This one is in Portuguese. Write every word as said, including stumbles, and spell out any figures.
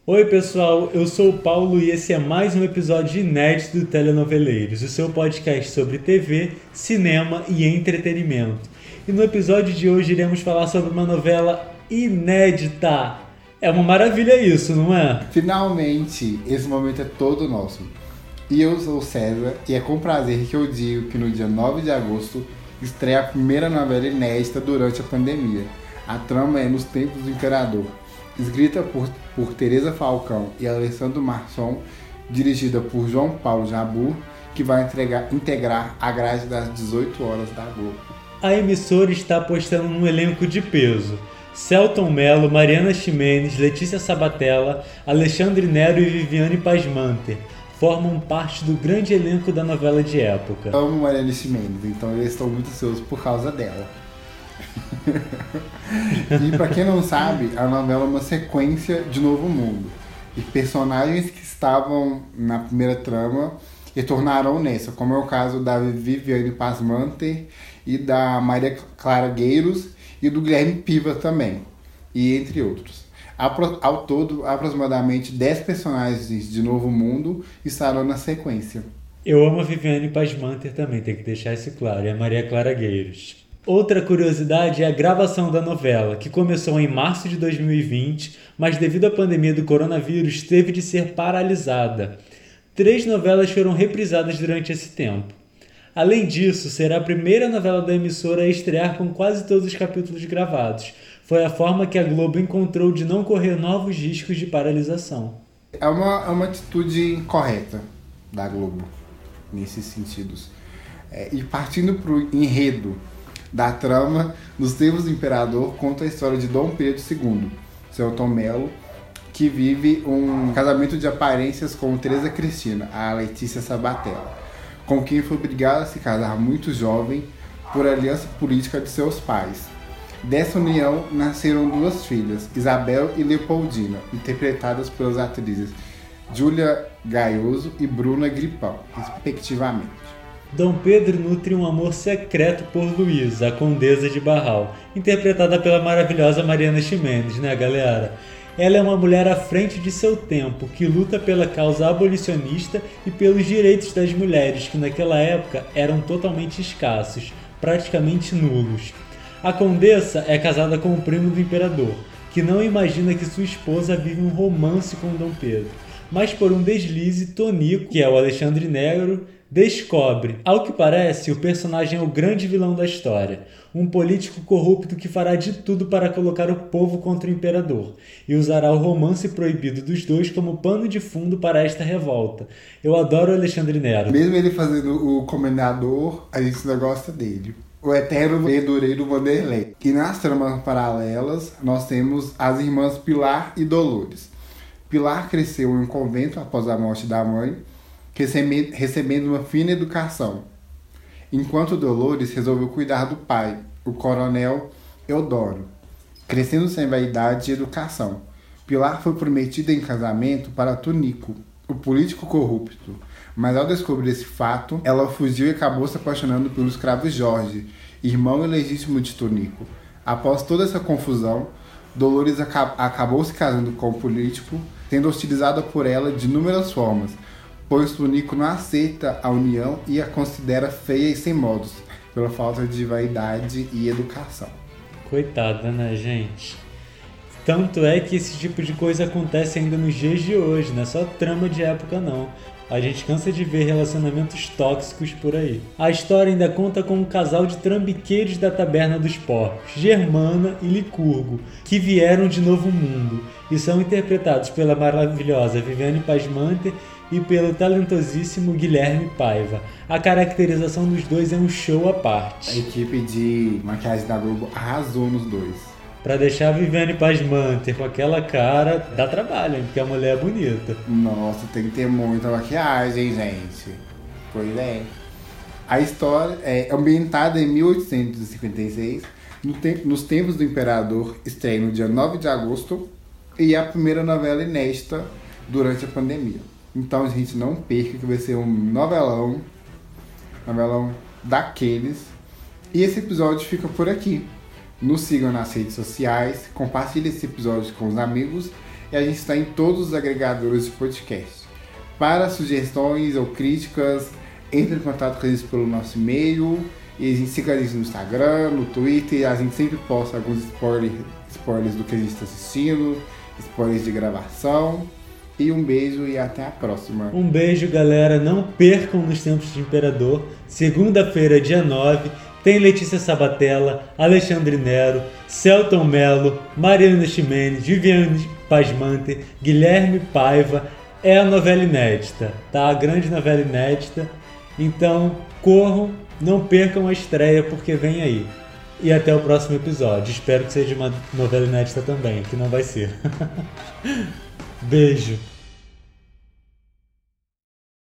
Oi pessoal, eu sou o Paulo e esse é mais um episódio inédito do Telenoveleiros, o seu podcast sobre T V, cinema e entretenimento. E no episódio de hoje iremos falar sobre uma novela inédita. É uma maravilha isso, não é? Finalmente, esse momento é todo nosso. E eu sou o César e é com prazer que eu digo que no dia nove de agosto estreia a primeira novela inédita durante a pandemia. A trama é Nos Tempos do Imperador, escrita por, por Teresa Falcão e Alessandro Marçom, dirigida por João Paulo Jabbour, que vai entregar, integrar a grade das dezoito horas da Globo. A emissora está apostando num elenco de peso. Selton Mello, Mariana Ximenes, Letícia Sabatella, Alexandre Nero e Viviane Pasmanter formam parte do grande elenco da novela de época. Amo Mariana Ximenes, então eu estou muito ansioso por causa dela. E pra quem não sabe, a novela é uma sequência de Novo Mundo. E personagens que estavam na primeira trama retornarão nessa, como é o caso da Viviane Pasmanter e da Maria Clara Gueiros e do Guilherme Piva também, e entre outros. Ao todo, aproximadamente dez personagens de Novo Mundo estarão na sequência. Eu amo a Viviane Pasmanter também, tem que deixar isso claro, e a Maria Clara Gueiros. Outra curiosidade é a gravação da novela, que começou em março de dois mil e vinte, mas devido à pandemia do coronavírus teve de ser paralisada. Três novelas foram reprisadas durante esse tempo. Além disso, será a primeira novela da emissora a estrear com quase todos os capítulos gravados. Foi a forma que a Globo encontrou de não correr novos riscos de paralisação. É uma, é uma atitude correta da Globo, nesses sentidos. É, e partindo para o enredo da trama, Nos Tempos do Imperador, conta a história de Dom Pedro segundo, Selton Mello, que vive um casamento de aparências com Teresa Cristina, a Letícia Sabatella, com quem foi obrigado a se casar muito jovem por aliança política de seus pais. Dessa união nasceram duas filhas, Isabel e Leopoldina, interpretadas pelas atrizes Júlia Gaioso e Bruna Gripão, respectivamente. Dom Pedro nutre um amor secreto por Luísa, a Condesa de Barral, interpretada pela maravilhosa Mariana Ximenes, né, galera? Ela é uma mulher à frente de seu tempo, que luta pela causa abolicionista e pelos direitos das mulheres, que naquela época eram totalmente escassos, praticamente nulos. A Condessa é casada com o primo do imperador, que não imagina que sua esposa vive um romance com Dom Pedro. Mas por um deslize, Tonico, que é o Alexandre Nero, descobre. Ao que parece, o personagem é o grande vilão da história, um político corrupto que fará de tudo para colocar o povo contra o imperador, e usará o romance proibido dos dois como pano de fundo para esta revolta. Eu adoro o Alexandre Nero. Mesmo ele fazendo o comendador, a gente ainda gosta dele. O eterno verdureiro Vanderlei. E nas tramas paralelas, nós temos as irmãs Pilar e Dolores. Pilar cresceu em um convento após a morte da mãe, recebendo uma fina educação, enquanto Dolores resolveu cuidar do pai, o coronel Eudoro, crescendo sem vaidade e educação. Pilar foi prometida em casamento para Tonico, o político corrupto, mas ao descobrir esse fato, ela fugiu e acabou se apaixonando pelo escravo Jorge, irmão ilegítimo de Tonico. Após toda essa confusão, Dolores acab- acabou se casando com o político, sendo hostilizada por ela de inúmeras formas, pois Tonico não aceita a união e a considera feia e sem modos, pela falta de vaidade e educação. Coitada, né, gente? Tanto é que esse tipo de coisa acontece ainda nos dias de hoje, não é só trama de época não. A gente cansa de ver relacionamentos tóxicos por aí. A história ainda conta com um casal de trambiqueiros da Taberna dos Porcos, Germana e Licurgo, que vieram de Novo Mundo e são interpretados pela maravilhosa Viviane Pasmanter e pelo talentosíssimo Guilherme Paiva. A caracterização dos dois é um show à parte. A equipe de maquiagem da Globo arrasou nos dois. Pra deixar a Viviane Pasmanter com aquela cara, dá trabalho, hein? Porque a mulher é bonita. Nossa, tem que ter muita maquiagem, gente. Pois é. A história é ambientada em mil oitocentos e cinquenta e seis, no te- nos tempos do imperador, estreia no dia nove de agosto, e é a primeira novela inédita durante a pandemia. Então, gente, não perca que vai ser um novelão, novelão daqueles. E esse episódio fica por aqui. Nos sigam nas redes sociais, compartilhe esse episódio com os amigos e a gente está em todos os agregadores de podcast. Para sugestões ou críticas, entre em contato com a gente pelo nosso e-mail, e a gente siga a gente no Instagram, no Twitter, a gente sempre posta alguns spoilers, spoilers do que a gente está assistindo, spoilers de gravação. E um beijo e até a próxima. Um beijo, galera. Não percam nos Tempos de Imperador. Segunda-feira, dia nove, tem Letícia Sabatella, Alexandre Nero, Celton Mello, Mariana Ximenes, Viviane Pasmanter, Guilherme Paiva. É a novela inédita, tá? A grande novela inédita. Então, corram, não percam a estreia porque vem aí. E até o próximo episódio. Espero que seja uma novela inédita também, que não vai ser. Beijo.